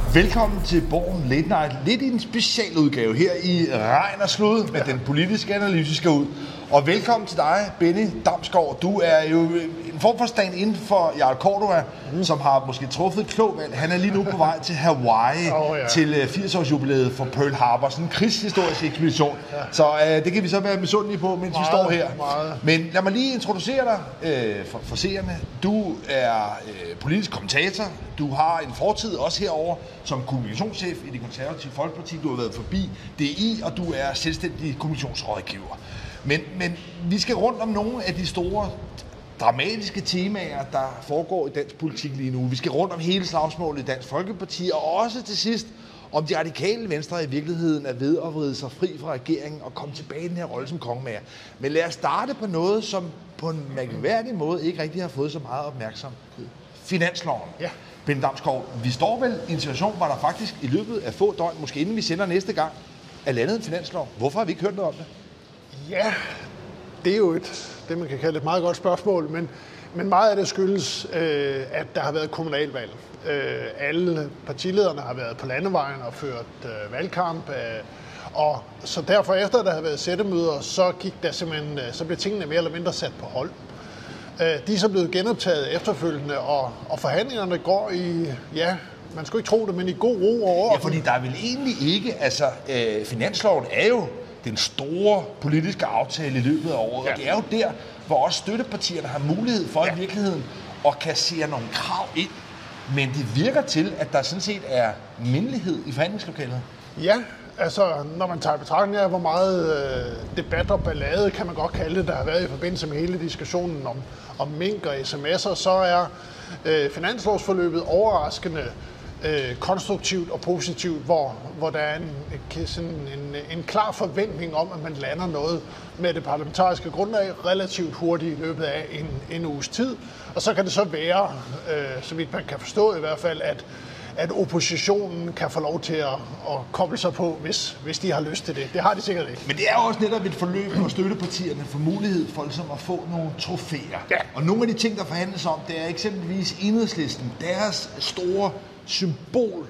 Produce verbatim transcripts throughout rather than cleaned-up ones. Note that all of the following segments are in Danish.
Velkommen til Borgen Late Night. Lidt i en specialudgave her i regn og slud, med den politiske analyse skal ud. Og velkommen til dig, Benny Damsgaard. Du er jo en form for stand inden for Jarl Cordua, mm. som har måske truffet et klogt valg. Han er lige nu på vej til Hawaii oh, ja. til firs-års jubilæet for Pearl Harbor. Sådan en krigshistorisk ekspedition. Ja. Så øh, det kan vi så være misundelige på, mens meget, vi står her. Meget. Men lad mig lige introducere dig øh, for, for seerne. Du er øh, politisk kommentator. Du har en fortid også herover som kommunikationschef i Det Konservative Folkeparti. Du har været forbi D I, og du er selvstændig kommunikationsrådgiver. Men, men vi skal rundt om nogle af de store dramatiske temaer, der foregår i dansk politik lige nu. Vi skal rundt om hele slagsmålet i Dansk Folkeparti, og også til sidst om de radikale venstre i virkeligheden er ved at vride sig fri fra regeringen og komme tilbage i den her rolle som kongemager. Men lad os starte på noget, som på en mærkværdig måde ikke rigtig har fået så meget opmærksomhed. Finansloven. Ja. Benny Damsgaard, vi står vel i en situation, hvor der faktisk i løbet af få døgn, måske inden vi sender næste gang, er landet en finanslov. Hvorfor har vi ikke hørt noget om det? Ja, det er jo et, det man kan kalde et meget godt spørgsmål, men, men meget af det skyldes, øh, at der har været kommunalvalg. Øh, alle partilederne har været på landevejen og ført øh, valgkamp, øh, og så derfor efter, at der har været sættemøder, så gik der simpelthen, så blev tingene mere eller mindre sat på hold. Øh, de er så blevet genoptaget efterfølgende, og, og forhandlingerne går i, ja, man skulle ikke tro det, men i god ro og orden. Ja, fordi der er vel egentlig ikke, altså øh, finansloven er jo den store politiske aftale i løbet af året, ja. Og det er jo der, hvor også støttepartierne har mulighed for ja. i virkeligheden at kassere nogle krav ind. Men det virker til, at der sådan set er mindelighed i forhandlingslokalet. Ja, altså når man tager i betragtning af, hvor meget øh, debat og ballade, kan man godt kalde det, der har været i forbindelse med hele diskussionen om, om mink og sms'er, så er øh, finanslovsforløbet overraskende Øh, konstruktivt og positivt, hvor, hvor der er en, sådan en, en klar forventning om, at man lander noget med det parlamentariske grundlag relativt hurtigt i løbet af en, en uges tid. Og så kan det så være, øh, så vidt man kan forstå i hvert fald, at, at oppositionen kan få lov til at, at koble sig på, hvis, hvis de har lyst til det. Det har de sikkert ikke. Men det er jo også netop et forløb, hvor støttepartierne får mulighed for ligesom at få nogle trofæer. Ja. Og nogle af de ting, der forhandles om, det er eksempelvis Enhedslisten, deres store symbol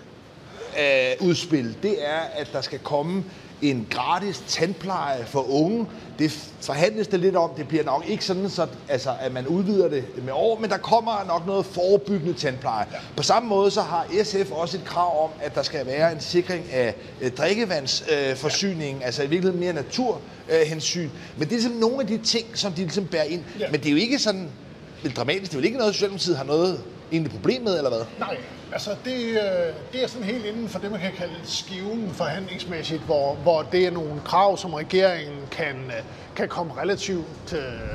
af udspil, det er, at der skal komme en gratis tandpleje for unge. Det forhandles det lidt om. Det bliver nok ikke sådan, så, altså, at man udvider det med år, men der kommer nok noget forebyggende tandpleje. Ja. På samme måde så har S F også et krav om, at der skal være en sikring af øh, drikkevandsforsyning, øh, ja. altså i virkeligheden mere naturhensyn. Øh, men det er ligesom nogle af de ting, som de ligesom bærer ind. Ja. Men det er jo ikke sådan lidt dramatisk. Det er jo ikke noget, Socialdemokratiet har noget egentlig problem med, eller hvad? Nej, altså det, det er sådan helt inden for det, man kan kalde skiven forhandlingsmæssigt, hvor, hvor det er nogle krav, som regeringen kan, kan komme relativt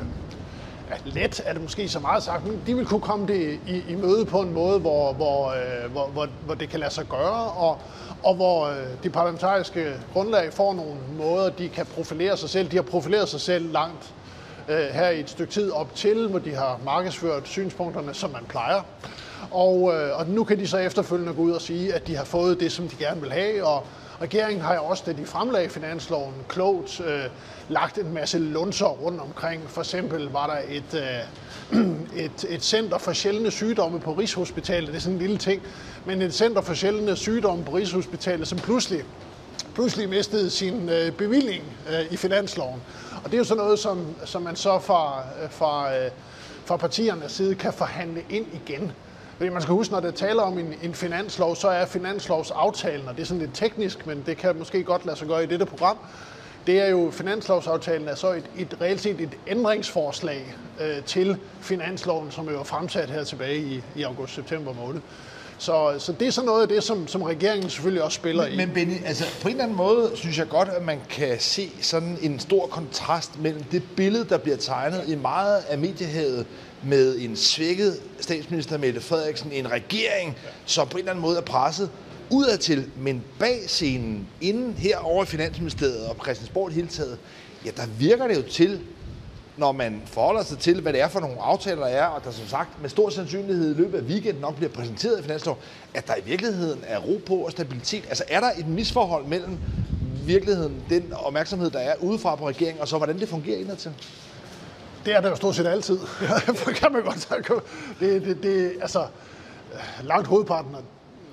ja, let, er det måske så meget sagt, men de vil kunne komme det i, i møde på en måde, hvor, hvor, hvor, hvor, hvor det kan lade sig gøre, og, og hvor de parlamentariske grundlag får nogle måder, de kan profilere sig selv. De har profileret sig selv langt her i et stykke tid op til, hvor de har markedsført synspunkterne, som man plejer. Og, øh, og nu kan de så efterfølgende gå ud og sige, at de har fået det, som de gerne vil have, og regeringen har jo også, da de fremlagde finansloven, klogt øh, lagt en masse lunser rundt omkring. For eksempel var der et, øh, et, et center for sjældne sygdomme på Rigshospitalet, det er sådan en lille ting, men et center for sjældne sygdomme på Rigshospitalet, som pludselig pludselig mistede sin øh, bevilling øh, i finansloven. Og det er jo sådan noget, som, som man så fra, fra, øh, fra partiernes side kan forhandle ind igen. Fordi man skal huske, når det taler om en, en finanslov, så er finanslovsaftalen, og det er sådan lidt teknisk, men det kan måske godt lade sig gøre i dette program, det er jo, finanslovsaftalen er så et, et reelt set et ændringsforslag øh, til finansloven, som jo var fremsat her tilbage i, i august-september måned. Så, så det er sådan noget af det, som, som regeringen selvfølgelig også spiller men, i. Men Benny, altså på en eller anden måde synes jeg godt, at man kan se sådan en stor kontrast mellem det billede, der bliver tegnet i meget af mediehavet med en svækket statsminister Mette Frederiksen, en regering, ja. som på en eller anden måde er presset udadtil, men bag scenen, inden herovre i Finansministeriet og på Christiansborg hele taget, ja, der virker det jo til, når man forholder sig til, hvad det er for nogle aftaler, der er, og der som sagt med stor sandsynlighed i løbet af weekenden nok bliver præsenteret i finanslov, at der i virkeligheden er ro på og stabilitet. Altså er der et misforhold mellem virkeligheden, den opmærksomhed, der er udefra på regeringen, og så hvordan det fungerer indadtil? Det er der jo stort set altid. kan man godt sige. Det, det, det, altså, langt hovedparten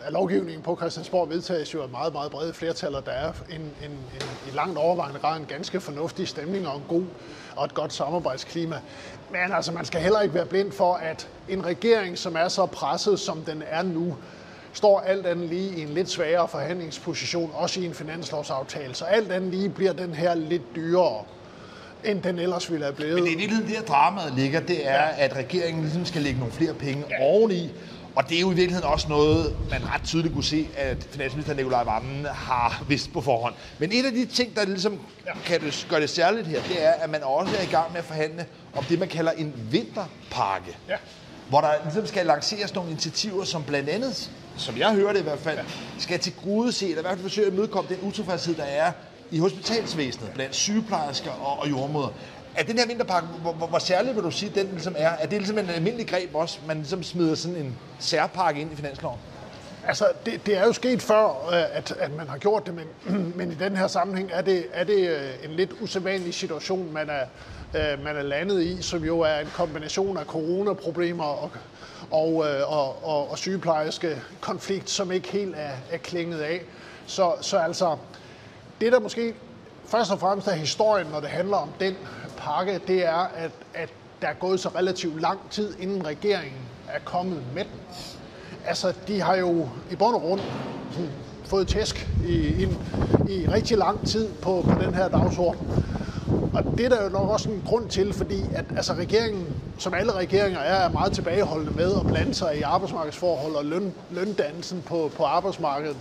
at lovgivningen på Christiansborg vedtages jo af meget, meget brede flertal, og der er en, en, en, i langt overvejende grad en ganske fornuftig stemning og en god og et godt samarbejdsklima. Men altså, man skal heller ikke være blind for, at en regering, som er så presset, som den er nu, står alt andet lige i en lidt svagere forhandlingsposition, også i en finanslovsaftale. Så alt andet lige bliver den her lidt dyrere, end den ellers ville have blevet. Men det er virkelig det, der dramaet ligger, det er, ja. at regeringen ligesom skal lægge nogle flere penge ja. oveni. Og det er jo i virkeligheden også noget, man ret tydeligt kunne se, at finansminister Nicolai Wammen har vidst på forhånd. Men et af de ting, der ligesom kan gøre det særligt her, det er, at man også er i gang med at forhandle om det, man kalder en vinterpakke. Ja. Hvor der ligesom skal lanceres nogle initiativer, som blandt andet, som jeg hører det i hvert fald, ja. skal til gode se, eller i hvert fald forsøge at imødekomme den utilfredshed, der er i hospitalsvæsenet, blandt sygeplejersker og, og jordemødre. Er den her vinterpakke, hvor, hvor, hvor særligt vil du sige, den ligesom er? Er det ligesom en almindelig greb også, man ligesom smider sådan en særpakke ind i finansloven? Altså, det, det er jo sket før, at, at man har gjort det, men, men i den her sammenhæng er det, er det en lidt usædvanlig situation, man er, man er landet i, som jo er en kombination af coronaproblemer og, og, og, og, og sygeplejerske konflikt, som ikke helt er, er klinget af. Så, så altså, det der måske først og fremmest er historien, når det handler om den pakke, det er, at, at der er gået så relativt lang tid, inden regeringen er kommet med den. Altså, de har jo i bund og grund sådan, fået tæsk i, i, i rigtig lang tid på, på den her dagsorden. Og det er der jo nok også en grund til, fordi at altså, regeringen, som alle regeringer er, er meget tilbageholdende med at blande sig i arbejdsmarkedsforhold og løn, løndannelsen på, på arbejdsmarkedet.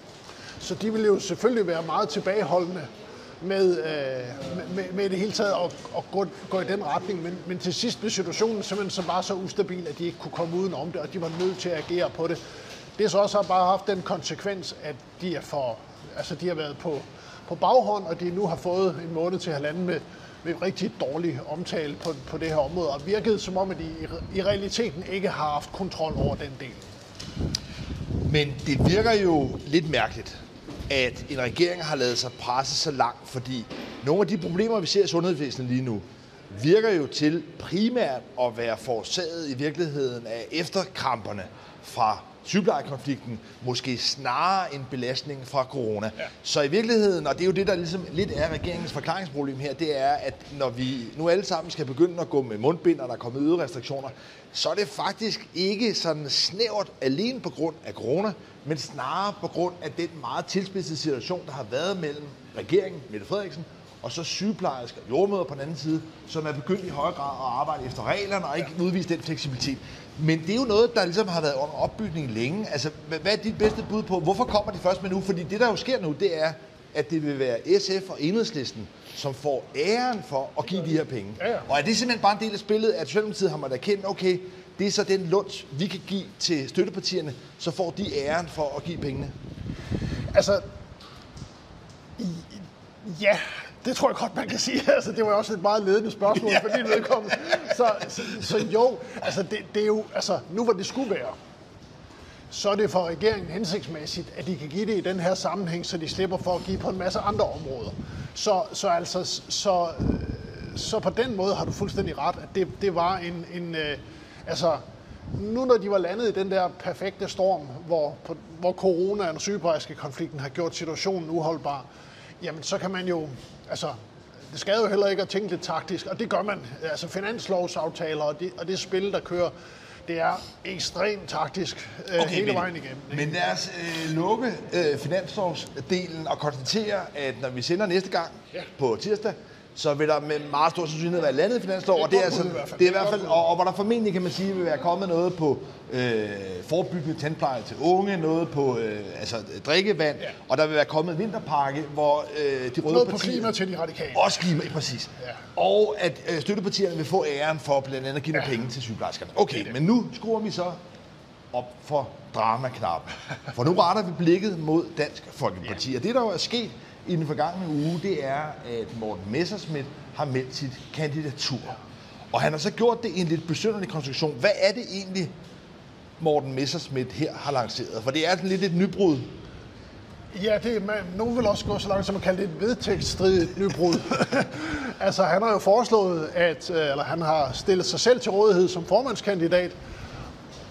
Så de vil jo selvfølgelig være meget tilbageholdende med, øh, med, med det hele taget at, at gå, gå i den retning. Men, men til sidst blev situationen simpelthen så bare så ustabil, at de ikke kunne komme uden om det, og de var nødt til at agere på det. Det så også har bare haft den konsekvens, at de, er for, altså de har været på, på baghånd, og de nu har fået en måned til halvanden med, med rigtig dårlig omtale på, på det her område, og virkede som om, at de i, i realiteten ikke har haft kontrol over den del. Men det virker jo lidt mærkeligt, at en regering har ladet sig presse så langt, fordi nogle af de problemer, vi ser i sundhedsvæsenet lige nu, virker jo til primært at være forårsaget i virkeligheden af efterkramperne fra sygeplejekonflikten, måske snarere en belastning fra corona. Ja. Så i virkeligheden, og det er jo det, der ligesom lidt er regeringens forklaringsproblem her, det er, at når vi nu alle sammen skal begynde at gå med mundbind, og der er kommet øgede restriktioner, så er det faktisk ikke sådan snævert alene på grund af corona, men snarere på grund af den meget tilspidsede situation, der har været mellem regeringen, Mette Frederiksen, og så sygeplejersker og jordemødre på den anden side, som er begyndt i højere grad at arbejde efter reglerne og ikke udvise den fleksibilitet. Men det er jo noget, der ligesom har været under opbygning længe. Altså, hvad er dit bedste bud på? Hvorfor kommer de først med nu? Fordi det, der jo sker nu, det er, at det vil være S F og Enhedslisten, som får æren for at give de her penge. Og er det simpelthen bare en del af spillet, at Socialdemokratiet har måttet erkende, okay, det er så den lunds, vi kan give til støttepartierne, så får de æren for at give pengene? Altså, ja, det tror jeg godt, man kan sige. Altså, det var også et meget ledende spørgsmål ja. for din vedkommende. Så, så, så jo, altså, det, det er jo, altså, nu hvor det skulle være, så er det for regeringen hensigtsmæssigt, at de kan give det i den her sammenhæng, så de slipper for at give på en masse andre områder. Så, så altså, så, så på den måde har du fuldstændig ret, at det, det var en, en øh, altså, nu når de var landet i den der perfekte storm, hvor, på, hvor corona og sygeplejerskekonflikten har gjort situationen uholdbar, jamen så kan man jo, altså, det skal jo heller ikke at tænke lidt taktisk, og det gør man. Altså finanslovsaftaler og det, og det spil, der kører, det er ekstremt taktisk øh, okay, hele men, vejen igennem. Ikke? Men lad os øh, lukke øh, finanslovsdelen og konstatere, at når vi sender næste gang ja. på tirsdag, så vil der med meget stor sandsynlighed være landet finanslov, og det er, altså, det er i hvert fald, og, og hvor der formentlig, kan man sige, vil være kommet noget på øh, forebyggende tandpleje til unge, noget på øh, altså, drikkevand, ja. og der vil være kommet en vinterpakke, hvor øh, de røde noget partier... på klima til de radikale. Også klima, præcis. Ja. Og at øh, støttepartierne vil få æren for blandt andet at give ja. nogle penge til sygeplejerskerne. Okay, det. Men nu skruer vi så op for dramaknappen. For nu retter vi blikket mod Dansk Folkeparti, ja. og det der jo er sket i den forgangne uge, det er, at Morten Messerschmidt har meldt sit kandidatur. Og han har så gjort det i en lidt besynderlig konstruktion. Hvad er det egentlig, Morten Messerschmidt her har lanceret? For det er sådan lidt et nybrud. Ja, det er, man, nogen vil også gå så langt som at kalde det et vedtægtsstridigt nybrud. Altså, han har jo foreslået, at eller han har stillet sig selv til rådighed som formandskandidat.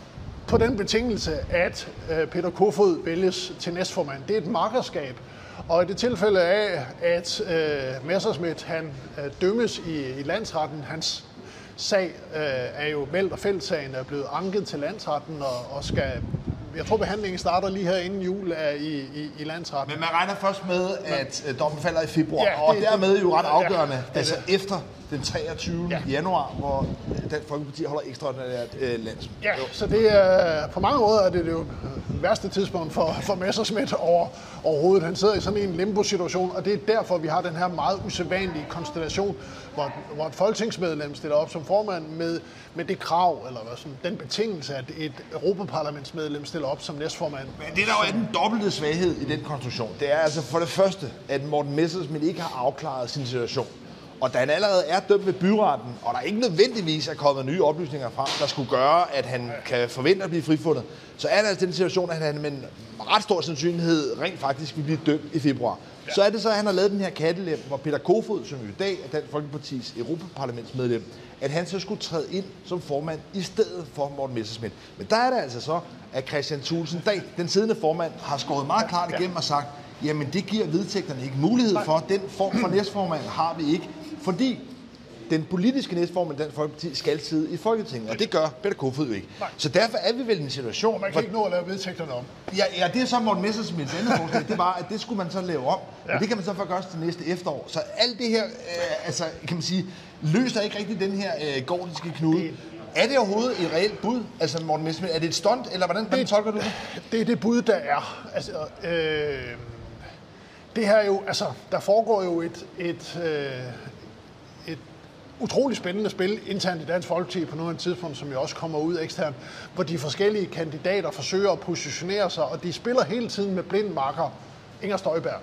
på den betingelse, at øh, Peter Kofod vælges til næstformand. Det er et makkerskab. Og i det tilfælde af, at øh, Messerschmidt han øh, dømmes i, i landsretten, hans sag øh, er jo meldt, og fællessagen er blevet anket til landsretten, og, og skal, jeg tror behandlingen starter lige her inden jul er i, i, i landsretten. Men man regner først med, at Men, dommen falder i februar, ja, og det, dermed jo ret afgørende, ja, det, altså det. efter den treogtyvende Ja. januar, hvor Dansk Folkeparti holder ekstraordinært øh, landsmøde. Ja, så det er, på mange måder er det jo værste tidspunkt for, for Messerschmidt over, overhovedet. Han sidder i sådan en limbo-situation, og det er derfor, vi har den her meget usædvanlige konstellation, hvor, hvor et folketingsmedlem stiller op som formand med, med det krav, eller hvad, sådan, den betingelse, at et europaparlamentsmedlem stiller op som næstformand. Men det, der jo er den dobbelte svaghed i den konstruktion, det er altså for det første, at Morten Messerschmidt ikke har afklaret sin situation. Og da han allerede er dømt ved byretten, og der ikke nødvendigvis er kommet nye oplysninger frem, der skulle gøre, at han kan forvente at blive frifundet, så er der altså den situation, at han med en ret stor sandsynlighed rent faktisk vil blive dømt i februar. Ja. Så er det så, at han har lavet den her kattelem, hvor Peter Kofod, som i dag er Dansk Folkepartis europaparlamentsmedlem, at han så skulle træde ind som formand i stedet for Morten Messerschmidt. Men der er det altså så, at Kristian Thulesen Dahl, den siddende formand, har skåret meget klart igennem og sagt, jamen det giver vedtægterne ikke mulighed for. Den form for næstformand har vi ikke, fordi den politiske næstformand Dansk Folkeparti skal sidde i Folketinget, og det gør Peter Kofod jo ikke. Nej. Så derfor er vi vel i en situation... Og man kan for... ikke nå at lave vedtægterne om. Ja, ja, det er så Morten Messerschmidts andet forslag, det var, at det skulle man så lave om, ja. Og det kan man så for gøre til næste efterår. Så alt det her, øh, altså kan man sige, løser ikke rigtig den her øh, gordiske knude. Det... Er det overhovedet et reelt bud, altså Morten Messerschmidt? Er det et stunt, eller hvordan, hvordan tolker du det? Det er det bud, der er. Altså, øh... Det her jo, altså, der foregår jo et, et, øh, et utroligt spændende spil internt i Dansk Folkeparti på nuværende tidspunkt, som jo også kommer ud eksternt, hvor de forskellige kandidater forsøger at positionere sig, og de spiller hele tiden med blind makker. Inger Støjberg.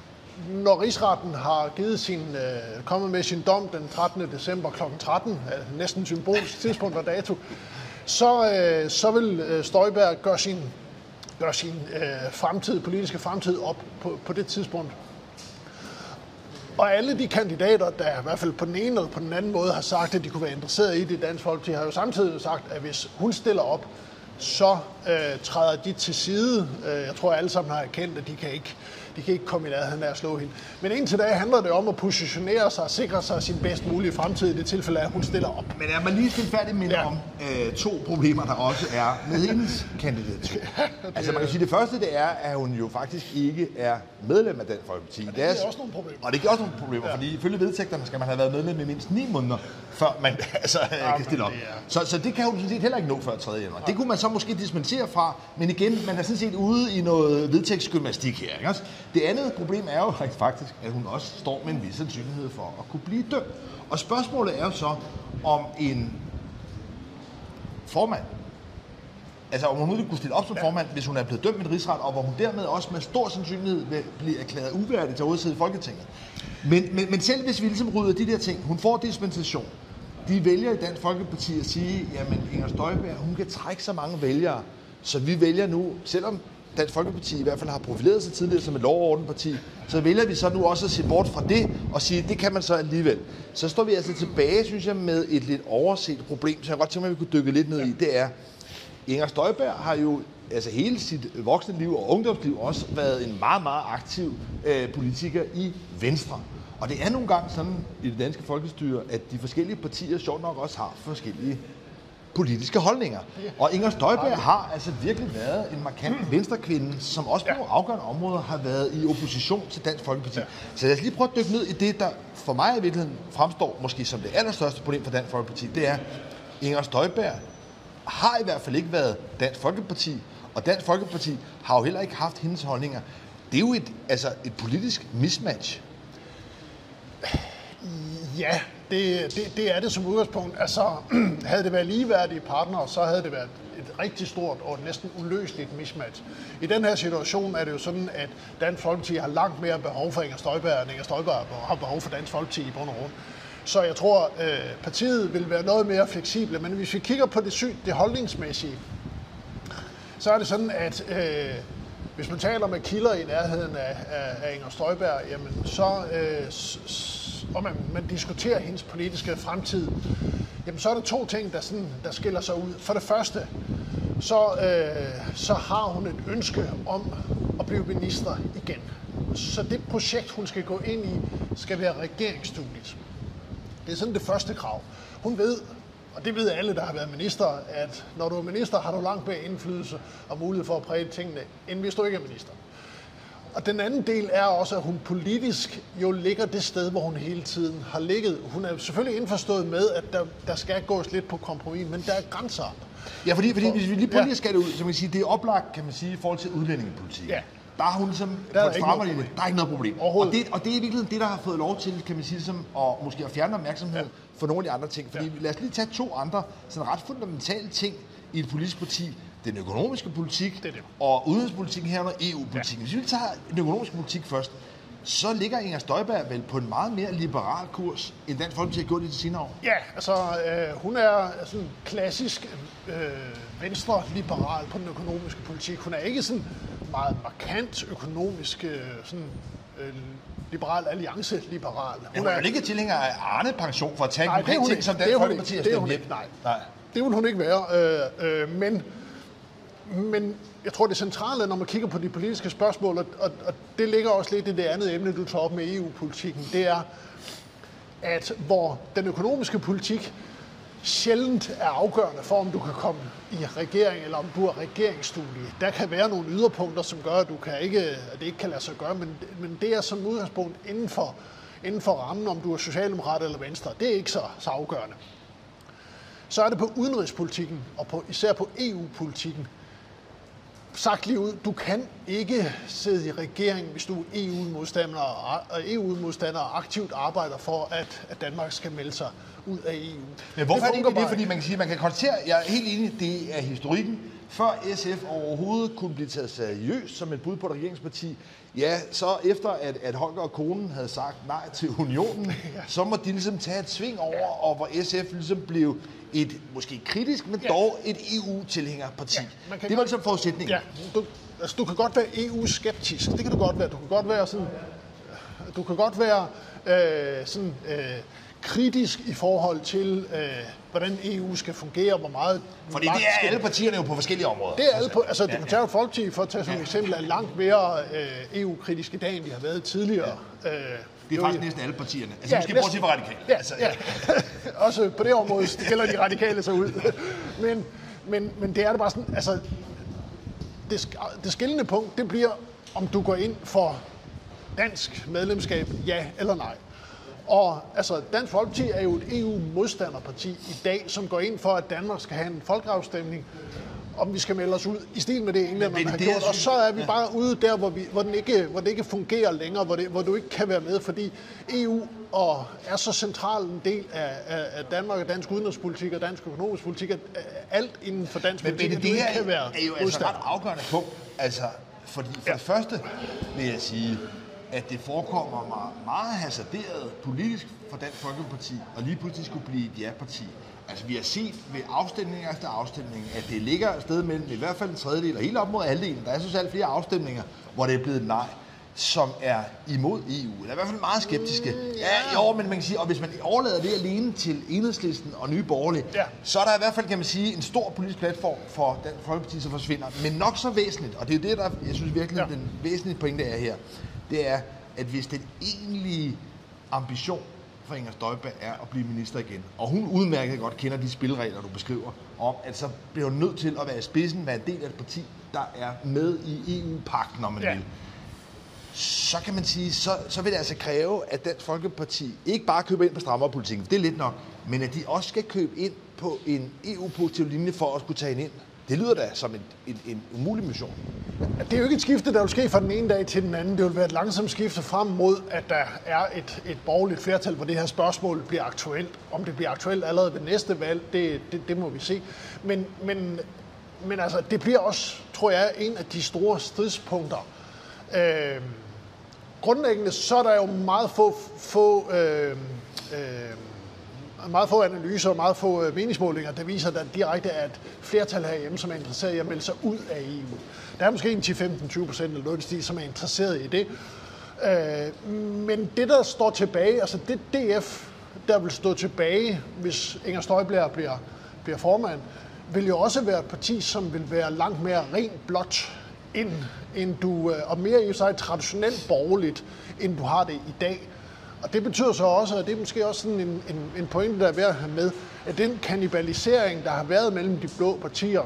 Når Rigsretten har givet sin, øh, kommet med sin dom den trettende december klokken tretten, øh, næsten symbolisk tidspunkt og dato, så, øh, så vil øh, Støjberg gøre sin gør sin øh, fremtid, politiske fremtid op på, på det tidspunkt. Og alle de kandidater, der i hvert fald på den ene eller på den anden måde har sagt, at de kunne være interesseret i det Dansk Folkeparti, har jo samtidig sagt, at hvis hun stiller op, så øh, træder de til side. Jeg tror, at alle sammen har erkendt, at de kan ikke, de kan ikke komme i nærheden af at slå hende. Men indtil da handler det om at positionere sig og sikre sig sin bedst mulige fremtid i det tilfælde, at hun stiller op. Men er man lige stilfærdig med ja. om øh, to problemer, der også er med hendes kandidat? Ja, altså man kan sige, det første det er, at hun jo faktisk ikke er medlem af Dansk Folkeparti. Og det er også nogle problemer. Og det er også nogle problemer, ja. fordi ifølge vedtægterne skal man have været medlem i mindst ni måneder, før man altså, ja, kan stille op. Det er... så, så det kan hun sådan set heller ikke nå før tredje januar. Ja. Det kunne man så måske dispensere fra, men igen, man er sådan set ude i noget vedtægtsgymnastik her. Ikke? Det andet problem er jo faktisk, at hun også står med en vis sandsynlighed for at kunne blive dømt. Og spørgsmålet er jo så, om en formand, altså om hun nu kunne stille op som formand, hvis hun er blevet dømt med en rigsret, og hvor hun dermed også med stor sandsynlighed vil blive erklæret uværdig til at sidde i Folketinget. Men, men, men selv hvis vi ligesom rydder de der ting, hun får dispensation, de vælger i Dansk Folkeparti at sige, jamen Inger Støjberg, hun kan trække så mange vælgere, så vi vælger nu, selvom Dansk Folkeparti i hvert fald har profileret sig tidligere som et lov- og ordenparti, så vælger vi så nu også at se bort fra det og sige, det kan man så alligevel. Så står vi altså tilbage, synes jeg, med et lidt overset problem, så jeg godt tænker mig, at vi kunne dykke lidt ned i. Det er, Inger Støjberg har jo altså hele sit voksne liv og ungdomsliv også været en meget, meget aktiv øh, politiker i Venstre. Og det er nogle gange sådan i det danske folkestyre, at de forskellige partier sjovt nok også har forskellige politiske holdninger. Og Inger Støjberg har altså virkelig været en markant venstrekvinde, som også på nogle afgørende områder har været i opposition til Dansk Folkeparti. Så lad os lige prøve at dykke ned i det, der for mig i virkeligheden fremstår måske som det allerstørste problem for Dansk Folkeparti. Det er, Inger Støjberg har i hvert fald ikke været Dansk Folkeparti, og Dansk Folkeparti har jo heller ikke haft hendes holdninger. Det er jo et, altså et politisk mismatch. Ja, det, det, det er det som udgangspunkt. Altså, havde det været ligeværdige partnere, så havde det været et rigtig stort og næsten uløseligt mismatch. I den her situation er det jo sådan, at Dansk Folkeparti har langt mere behov for Inger Støjberg, end Inger Støjberg har behov for Dansk Folkeparti i bund og grund. Så jeg tror, at partiet vil være noget mere fleksible. Men hvis vi kigger på det, syg, det holdningsmæssige, så er det sådan, at øh, hvis man taler med kilder i nærheden af, af, af Inger Støjberg, jamen så, øh, s, og man, man diskuterer hendes politiske fremtid, jamen så er der to ting, der, sådan, der skiller sig ud. For det første, så, øh, så har hun et ønske om at blive minister igen. Så det projekt, hun skal gå ind i, skal være regeringsdueligt. Det er sådan det første krav. Hun ved, og det ved alle, der har været minister, at når du er minister, har du langt mere indflydelse og mulighed for at præge tingene, end hvis du ikke er minister. Og den anden del er også, at hun politisk jo ligger det sted, hvor hun hele tiden har ligget. Hun er selvfølgelig indforstået med, at der, der skal gås lidt på kompromis, men der er grænser. Ja, fordi, fordi hvis vi lige prøver ja. at skære det ud, så man kan sige, det er oplagt, kan man sige, i forhold til udlændingepolitik. Ja. Der har hun ligesom der på et strammerlinje, der er ikke noget problem. Og det, og det er i virkeligheden det, der har fået lov til, kan man sige, som, og måske at fjerne opmærksomhed ja. for nogle af de andre ting. Fordi ja. lad os lige tage to andre sådan ret fundamentale ting i et politisk parti. Den økonomiske politik det det. og udenrigspolitikken herunder E U-politikken. Ja. Hvis vi tager den økonomiske politik først, så ligger Inger Støjberg vel på en meget mere liberal kurs, end Dansk Folkeparti har gjort i de senere år. Ja, altså øh, hun er sådan klassisk øh, venstre-liberal på den økonomiske politik. Hun er ikke sådan meget markant økonomisk øh, sådan, øh, liberal alliance-liberal. Hun er jo ikke tilhænger af Arne-pension for at tage en konkret ting, som Dansk Folkeparti har stemt hjem. Nej. Nej, det vil hun ikke være. Øh, øh, men, men jeg tror, det centrale, når man kigger på de politiske spørgsmål, og, og, og det ligger også lidt i det andet emne, du tager op med E U-politikken, det er, at hvor den økonomiske politik sjældent er afgørende for, om du kan komme i regering, eller om du er regeringsduelig. Der kan være nogle yderpunkter, som gør, at, du kan ikke, at det ikke kan lade sig gøre, men, men det er som udgangspunkt inden for, inden for rammen, om du er socialdemokrat eller venstre. Det er ikke så, så afgørende. Så er det på udenrigspolitikken, og på, især på E U-politikken, sagt lige ud, du kan ikke sidde i regering, hvis du er E U-modstander og E U-modstander aktivt arbejder for, at, at Danmark skal melde sig ud af E U. Men hvorfor det er det ikke det? Fordi man kan sige, man kan konstatere, jeg er helt enig, det er historikken. Før S F overhovedet kunne blive taget seriøst som et bud på et regeringsparti, ja, så efter at, at Holger og konen havde sagt nej til unionen, ja. så må de ligesom tage et sving over, ja. og hvor S F ligesom blev et, måske kritisk, men ja. dog et E U-tilhængerparti. Ja, det var ligesom forudsætningen. Ja, du, altså, du kan godt være E U-skeptisk, det kan du godt være. Du kan godt være sådan, du kan godt være øh, sådan, øh, kritisk i forhold til, øh, hvordan E U skal fungere, hvor meget... Fordi det er alle partierne jo på forskellige områder. Det er alle på, altså, det konservative Folkeparti, for at tage som ja. eksempel, er langt mere øh, E U-kritisk i dag, end de har været tidligere. Ja. Øh, det er faktisk næsten alle partierne. Altså, ja, måske prøve at sige for radikale. Ja, altså, ja. ja. Også på det område skiller de radikale sig ud. men, men, men det er det bare sådan, altså... Det, det skillende punkt, det bliver, om du går ind for dansk medlemskab, ja eller nej. Og altså, Dansk Folkeparti er jo et E U-modstanderparti i dag, som går ind for, at Danmark skal have en folkeafstemning, om vi skal melde os ud, i stil med det, englænderne har gjort. Og så er vi bare ude der, hvor, vi, hvor, den ikke, hvor det ikke fungerer længere, hvor, det, hvor du ikke kan være med, fordi E U og er så central en del af, af, af Danmark og dansk udenrigspolitik og dansk økonomisk politik, at alt inden for dansk men, politik, men det du ikke kan være er jo altså ret afgørende punkt. Altså, fordi for ja. det første vil jeg sige, at det forekommer mig meget hasarderet politisk for Dansk Folkeparti, og lige pludselig skulle blive et ja-parti. Altså, vi har set ved afstemning efter afstemning, at det ligger et sted mellem i hvert fald en tredjedel og helt op mod halvdelen. Der er så selv flere afstemninger, hvor det er blevet nej, som er imod E U. Eller i hvert fald meget skeptiske. Ja, jo, men man kan sige, og hvis man overlader det alene til Enhedslisten og Nye Borgerlige, ja. så er der i hvert fald, kan man sige, en stor politisk platform for Dansk Folkeparti, som forsvinder. Men nok så væsentligt, og det er jo det, der, jeg synes virkelig, ja. den væsentlige pointe er her, det er, at hvis den egentlige ambition for Inger Støjberg er at blive minister igen, og hun udmærket godt kender de spilregler, du beskriver, om at så bliver hun nødt til at være i spidsen, være en del af et parti, der er med i E U-pagten, når man ja. vil. Så kan man sige, så, så vil det altså kræve, at Dansk Folkeparti ikke bare køber ind på strammerpolitikken, det er lidt nok, men at de også skal købe ind på en E U-positiv linje for at skulle tage hende ind. Det lyder da som en, en, en umulig mission. Det er jo ikke et skifte, der vil ske fra den ene dag til den anden. Det vil være et langsomt skifte frem mod, at der er et, et borgerligt flertal, hvor det her spørgsmål bliver aktuelt. Om det bliver aktuelt allerede ved næste valg, det, det, det må vi se. Men, men, men altså, det bliver også, tror jeg, en af de store stridspunkter. Øh, grundlæggende så er der jo meget få, få øh, øh, meget få analyser og meget få meningsmålinger, der viser der direkte, at flertal herhjemme, som er interesseret i at melde sig ud af E U. Der er måske en ti til femten til tyve procent eller noget, som er interesseret i det. Men det, der står tilbage, altså det D F, der vil stå tilbage, hvis Inger Støjberg bliver, bliver formand, vil jo også være et parti, som vil være langt mere rent blåt, end, end du, og mere i sig traditionelt borgerligt, end du har det i dag. Og det betyder så også, og det er måske også sådan en, en, en pointe, der er værd at have med, at den kannibalisering, der har været mellem de blå partier,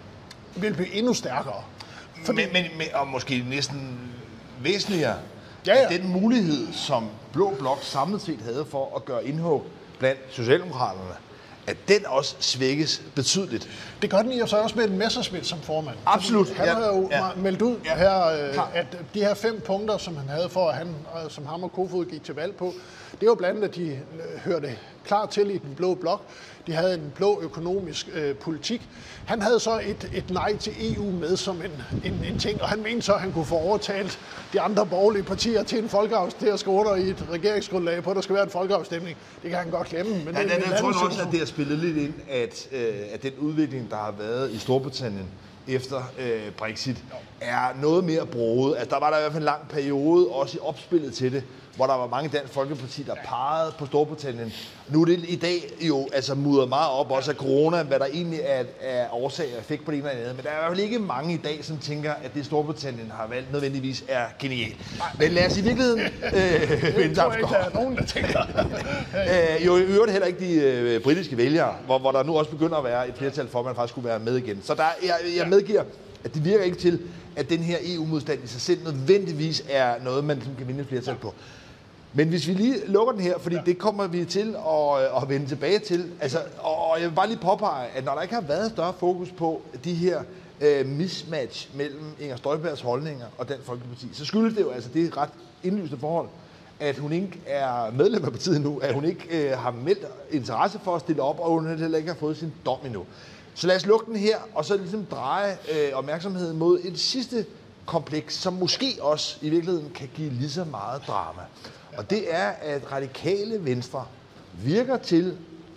vil blive endnu stærkere. Fordi... Men, men, men, og måske næsten væsentligere, ja, ja. at den mulighed, som Blå Blok samlet set havde for at gøre indhug blandt Socialdemokraterne, at den også svækkes betydeligt. Det gør den i og sig også med en Messerschmidt som formand. Absolut. Fordi han har jo ja. meldt ud ja. her, at de her fem punkter, som han havde for, at han, som ham og Kofod gik til valg på, det var blandt andet, at de hørte klar til i den blå blok. De havde en blå økonomisk øh, politik. Han havde så et, et nej til E U med som en, en, en ting, og han mente så, at han kunne få overtalt de andre borgerlige partier til en folkeafstemning, til at skrive under i et regeringsgrundlag på, at der skal være en folkeafstemning. Det kan han godt glemme. Men ja, det, jeg tror også, at det har spillet lidt ind, at, øh, at den udvikling, der har været i Storbritannien efter øh, Brexit, er noget mere broget. Altså, der var der i hvert fald en lang periode, også i opspillet til det, hvor der var mange Dansk Folkeparti, der pegede på Storbritannien. Nu er det i dag jo altså mudret meget op, også af corona, hvad der egentlig er, er årsag og effekt på det ene eller andet. Men der er i hvert fald ikke mange i dag, som tænker, at det Storbritannien har valgt nødvendigvis er genialt. Men lad os i virkeligheden... Øh, det tror jeg ikke, der er nogen, der tænker. øh, jo i øvrigt heller ikke de øh, britiske vælgere, hvor, hvor der nu også begynder at være et flertal for, at man faktisk skulle være med igen. Så der, jeg, jeg medgiver, at det virker ikke til, at den her E U-modstand i sig selv nødvendigvis er noget, man kan vinde et flertal på. Men hvis vi lige lukker den her, fordi ja. det kommer vi til at, at vende tilbage til, altså, og jeg vil bare lige påpege, at når der ikke har været større fokus på de her øh, mismatch mellem Inger Støjbergs holdninger og Dansk Folkeparti, så skyldes det jo altså det ret indlysende forhold, at hun ikke er medlem af partiet nu, at hun ikke øh, har meldt interesse for at stille op, og hun heller ikke har fået sin dom endnu. Så lad os lukke den her, og så ligesom dreje øh, opmærksomheden mod et sidste kompleks, som måske også i virkeligheden kan give lige så meget drama. Og det er, at radikale venstre virker til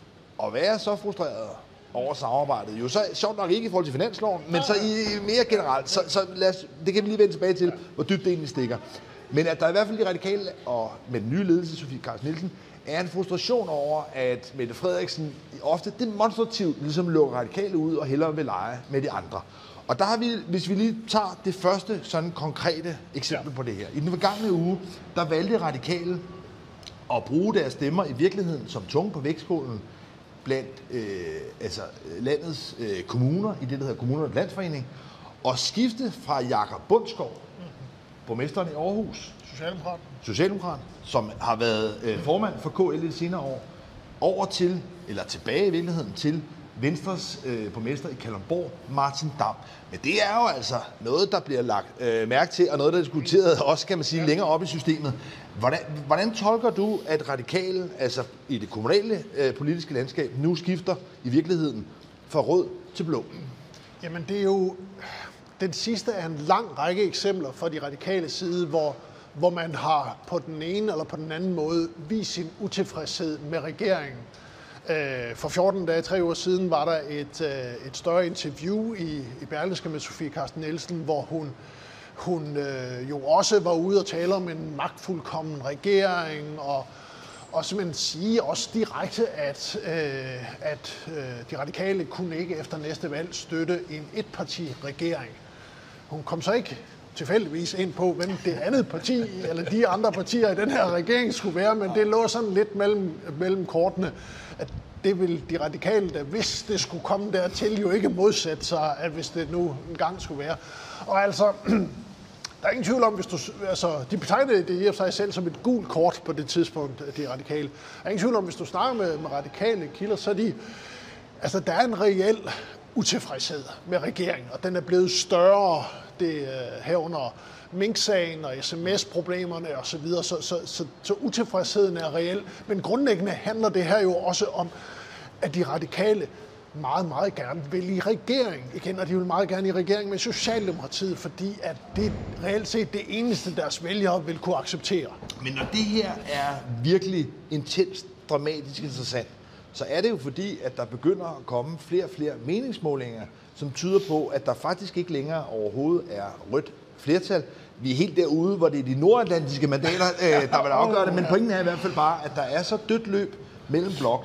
at være så frustreret over samarbejdet. Jo så sjovt nok ikke i forhold til finansloven, men så i mere generelt. Så, så lad os, det kan vi lige vende tilbage til, hvor dybt det egentlig stikker. Men at der i hvert fald de radikale, og med den nye ledelse, Sofie Carsten Nielsen, er en frustration over, at Mette Frederiksen ofte demonstrativt ligesom lukker radikale ud og hellere vil lege med de andre. Og der har vi, hvis vi lige tager det første sådan konkrete eksempel ja. på det her. I den forgangne uge, der valgte radikale at bruge deres stemmer i virkeligheden som tunge på vægtskålen blandt øh, altså, landets øh, kommuner, i det, der hedder Kommunernes Landsforening, og skifte fra Jakob Bundsgaard, mm-hmm. borgmesteren i Aarhus, Socialdemokrat, Socialdemokrat som har været øh, formand for K L i de senere år, over til, eller tilbage i virkeligheden til, Venstres øh, borgmester i Kalundborg, Martin Damm. Men det er jo altså noget, der bliver lagt øh, mærke til, og noget, der er diskuteret også, kan man sige, længere op i systemet. Hvordan, hvordan tolker du, at radikale, altså i det kommunale øh, politiske landskab, nu skifter i virkeligheden fra rød til blå? Jamen det er jo den sidste af en lang række eksempler fra de radikale side, hvor, hvor man har på den ene eller på den anden måde vist sin utilfredshed med regeringen. For fjorten dage, tre uger siden, var der et, et større interview i, i Berlingske med Sofie Carsten Nielsen, hvor hun, hun øh, jo også var ude og tale om en magtfuldkommen regering, og, og simpelthen sige også direkte, at, øh, at øh, de radikale kunne ikke efter næste valg støtte en etparti-regering. Hun kom så ikke tilfældigvis ind på, hvem det andet parti, eller de andre partier i den her regering skulle være, men det lå sådan lidt mellem, mellem kortene, at det vil de radikale, der hvis det skulle komme dertil, jo ikke modsætte sig, at hvis det nu engang skulle være. Og altså, der er ingen tvivl om, hvis du, altså, de betegnede det i og for sig selv som et gult kort på det tidspunkt, de radikale. Der er ingen tvivl om, hvis du snakker med, med radikale kilder, så er de, altså, der er en reel utilfredshed med regeringen, og den er blevet større det, herunder Mink-sagen og sms-problemerne og så videre, så, så, så, så utilfredsheden er reel. Men grundlæggende handler det her jo også om, at de radikale meget, meget gerne vil i regering igen, og de vil meget gerne i regering med Socialdemokratiet, fordi at det reelt set det eneste, deres vælgere vil kunne acceptere. Men når det her er virkelig intenst, dramatisk interessant, så er det jo fordi, at der begynder at komme flere og flere meningsmålinger, som tyder på, at der faktisk ikke længere overhovedet er rødt flertal. Vi er helt derude, hvor det er de nordatlantiske mandater, øh, der vil afgøre det, men pointen er i hvert fald bare, at der er så dødt løb mellem blokkene,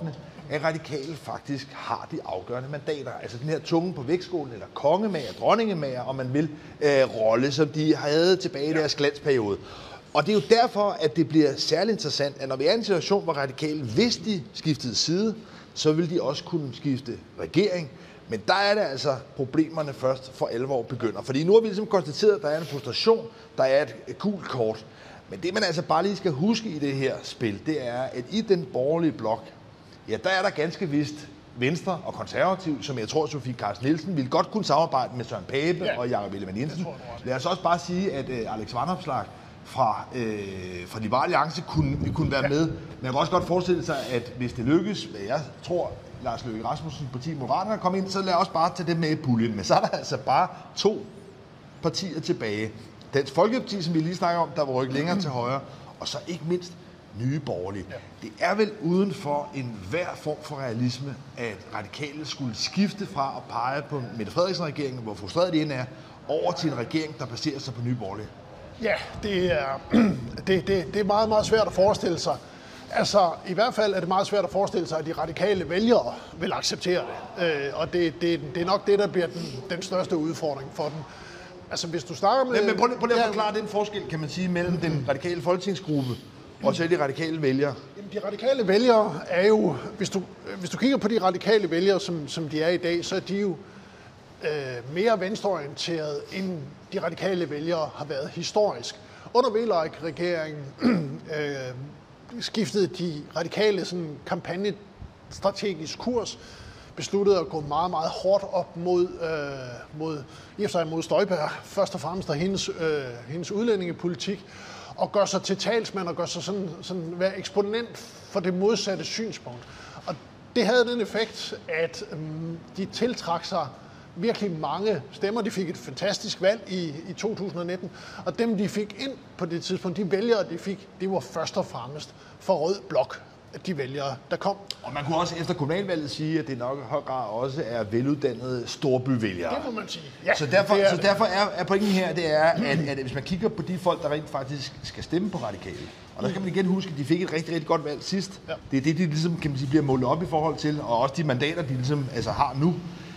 at radikale faktisk har de afgørende mandater. Altså den her tunge på vægtskålen, eller kongemager, dronningemager, om man vil, øh, rolle, som de havde tilbage i deres glansperiode. Og det er jo derfor, at det bliver særlig interessant, at når vi er i en situation, hvor radikale, hvis de skiftede side, så vil de også kunne skifte regering. Men der er det altså, problemerne først for alvor begynder. Fordi nu har vi ligesom konstateret, at der er en frustration, der er et gult kort. Men det, man altså bare lige skal huske i det her spil, det er, at i den borgerlige blok, ja, der er der ganske vist Venstre og Konservativ, som jeg tror, Sofie Carsten Nielsen ville godt kunne samarbejde med Søren Pape ja. og Jakob Ellemann-Jensen. Lad os også bare sige, at uh, Alex Vanopslagh fra, øh, fra Liberal Alliance kunne, kunne være ja. med. Men man kan også godt forestille sig, at hvis det lykkes, hvad jeg tror, Lars Løkke Rasmussen parti Moderaterne kommer ind, så lad os bare tage det med i puljen. Men så er der altså bare to partier tilbage. Dansk Folkeparti, som vi lige snakker om, der var rykket længere til højre, og så ikke mindst Nye Borgerlige. Ja. Det er vel uden for enhver form for realisme, at radikale skulle skifte fra at pege på Mette Frederiksen-regeringen, hvor frustreret de end er, over til en regering, der baserer sig på Nye Borgerlige. Ja, det er, det, det, det er meget, meget svært at forestille sig. Altså, i hvert fald er det meget svært at forestille sig, at de radikale vælgere vil acceptere det. Øh, og det, det, det er nok det, der bliver den, den største udfordring for dem. Altså, hvis du snakker med... Men, men prøv, prøv lige at forklare den forskel, kan man sige, mellem den radikale folketingsgruppe og så de radikale vælgere. Jamen, de radikale vælgere er jo... Hvis du, hvis du kigger på de radikale vælgere, som, som de er i dag, så er de jo øh, mere venstreorienterede, end de radikale vælgere har været historisk. Under V L A K-regeringen øh, skiftede de radikale sådan kampagnestrategisk kurs, besluttede at gå meget, meget hårdt op mod, øh, mod, i og for sig mod Støjberg, først og fremmest af hendes, øh, hendes udlændingepolitik, og gør sig til talsmand og gør sig sådan, sådan være eksponent for det modsatte synspunkt. Og det havde den effekt, at øh, de tiltrak sig virkelig mange stemmer. De fik et fantastisk valg i, i to tusind nitten, og dem, de fik ind på det tidspunkt, de vælgere, de fik, det var først og fremmest for Rød Blok, de vælgere, der kom. Og man kunne også efter kommunalvalget sige, at det nok i høj grad også er veluddannede storbyvælgere. Det må man sige. Ja, så derfor, er, så derfor er, er pointen her, det er, at, at hvis man kigger på de folk, der rent faktisk skal stemme på radikale, og der skal man igen huske, at de fik et rigtig, rigtig godt valg sidst. Ja. Det er det, de ligesom, kan man sige, bliver målt op i forhold til, og også de mandater, de ligesom, altså, har nu.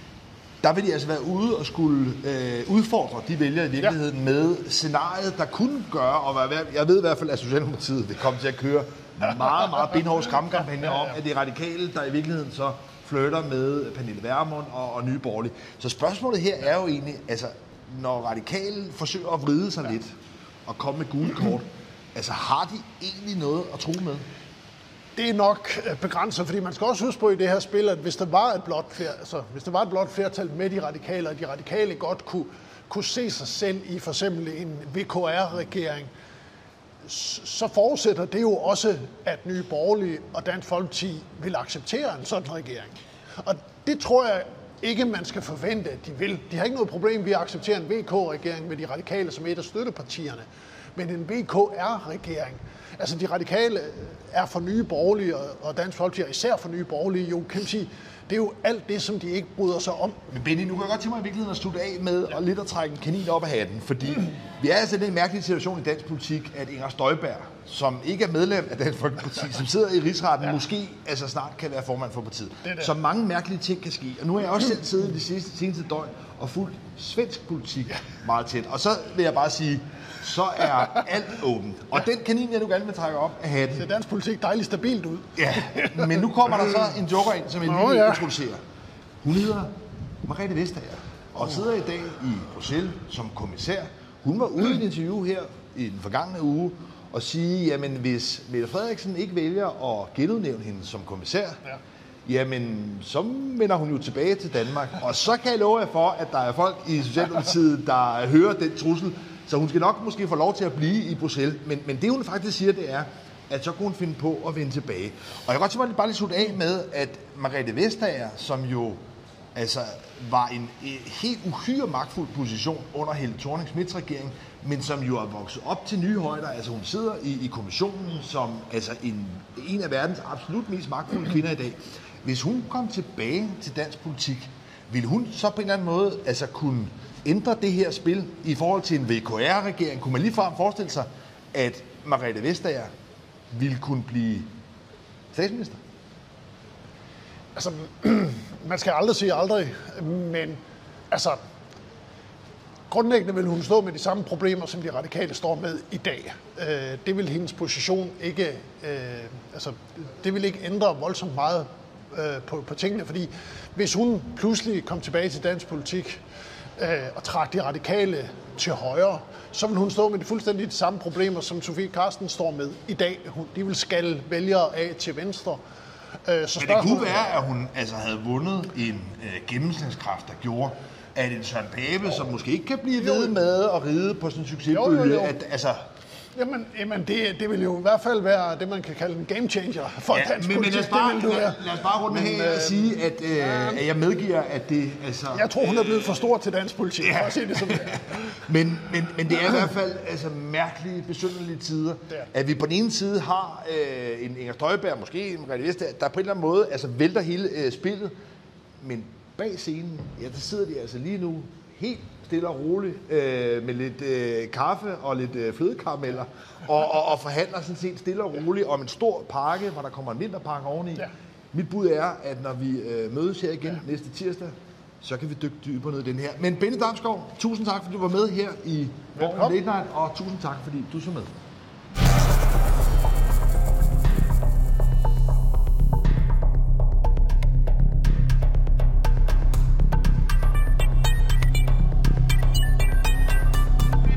Der vil de altså være ude og skulle øh, udfordre de vælgere i virkeligheden ja. med scenariet, der kunne gøre, og være, jeg ved i hvert fald, at Socialdemokratiet vil komme til at køre meget, meget benhårde skræmmekampagner om, at det er radikale, der i virkeligheden så flytter med Pernille Vermund og, og Nye Borgerlige. Så spørgsmålet her er jo egentlig, altså, når radikale forsøger at vride sig ja. lidt og komme med gule kort, altså har de egentlig noget at true med? Det er nok begrænset, fordi man skal også huske på i det her spil, at hvis der var et blot flertal, altså, hvis der var et blot flertal med de radikale, og de radikale godt kunne, kunne se sig selv i for eksempel en V K R-regering, så forudsætter det jo også, at Nye Borgerlige og Dansk Folkeparti vil acceptere en sådan regering. Og det tror jeg ikke, man skal forvente, at de vil. De har ikke noget problem ved at acceptere en V K-regering med de radikale som et af støttepartierne, men en V K R-regering. Altså de radikale er for Nye Borgerlige, og Dansk Folkeparti er især for Nye Borgerlige, jo kan man sige, det er jo alt det, som de ikke bryder sig om. Men Benny, nu kan jeg godt tænke mig i virkeligheden at slutte af med ja. at lidt at trække en kanin op af hatten, fordi mm. vi er altså i den mærkelige situation i dansk politik, at Inger Støjberg, som ikke er medlem af Dansk Folkeparti, som sidder i Rigsretten, ja. måske altså snart kan være formand for partiet. Det det. Så mange mærkelige ting kan ske. Og nu har jeg også selv siddet de sidste seneste døgn og fulgt svensk politik ja. meget tæt. Og så vil jeg bare sige, så er alt åbent. Og ja. den kanin, jeg nu gerne vil trække op af hatten. Det ser dansk politik dejligt stabilt ud. Ja, men nu kommer der så en joker ind, som jeg lige vil ja. introducere. Hun hedder Margrethe Vestager, og sidder i dag i Bruxelles som kommissær. Hun var ude i et interview her i den forgangne uge og sige, jamen hvis Mette Frederiksen ikke vælger at genudnævne hende som kommissær, ja. jamen så vender hun jo tilbage til Danmark. Og så kan jeg love jer for, at der er folk i Socialdemokratiet, der hører den trussel. Så hun skal nok måske få lov til at blive i Bruxelles. Men, men det hun faktisk siger, det er, at så kunne hun finde på at vende tilbage. Og jeg kan godt tænke mig bare lige slutte af med, at Margrethe Vestager, som jo altså var en, en helt uhyre magtfuld position under Helle Thorning-Schmidts regering, men som jo er vokset op til nye højder. Altså hun sidder i, i kommissionen som altså en, en af verdens absolut mest magtfulde kvinder i dag. Hvis hun kom tilbage til dansk politik, ville hun så på en eller anden måde altså kunne ændre det her spil i forhold til en V K R-regering? Kunne man ligefrem forestille sig, at Margrethe Vestager ville kunne blive statsminister? Altså, man skal aldrig sige aldrig, men altså, grundlæggende vil hun stå med de samme problemer, som de radikale står med i dag. Øh, det vil hendes position ikke, øh, altså, det vil ikke ændre voldsomt meget øh, på, på tingene, fordi hvis hun pludselig kom tilbage til dansk politik øh, og trak de radikale til højre, så vil hun stå med de fuldstændig de samme problemer, som Sofie Carsten står med i dag. Hun, de vil skalle vælgere af til venstre. Øh, så Men det kunne være, at hun altså havde vundet en øh, gennemsnitskraft, der gjorde, at en Søren Pape, som måske ikke kan blive ved med at ride på sådan en succesbølge, at altså... Jamen, jamen det, det vil jo i hvert fald være det, man kan kalde en game changer for ja, dansk men, politik. Men lad os bare, lad, lad os bare rundt her øh, og sige, at, øh, ja, at jeg medgiver, at det... Altså, jeg tror, hun er blevet for stor til dansk politik, ja. For at sige det som det er. men, men, men det er i hvert fald altså, mærkelige, besynderlige tider, at vi på den ene side har øh, en Inger Støjberg, måske en Margrethe Vestager, der på en eller anden måde altså, vælter hele øh, spillet, men bag scenen, ja, der sidder de altså lige nu helt stille og roligt øh, med lidt øh, kaffe og lidt øh, flødekarameller og, og, og forhandler sådan set stille og roligt om en stor pakke, hvor der kommer en vinterpakke oveni. Ja. Mit bud er, at når vi øh, mødes her igen ja. næste tirsdag, så kan vi dykke dybere ned i den her. Men Benny Damsgaard, tusind tak, fordi du var med her i Borgen Late Night, og tusind tak, fordi du så med.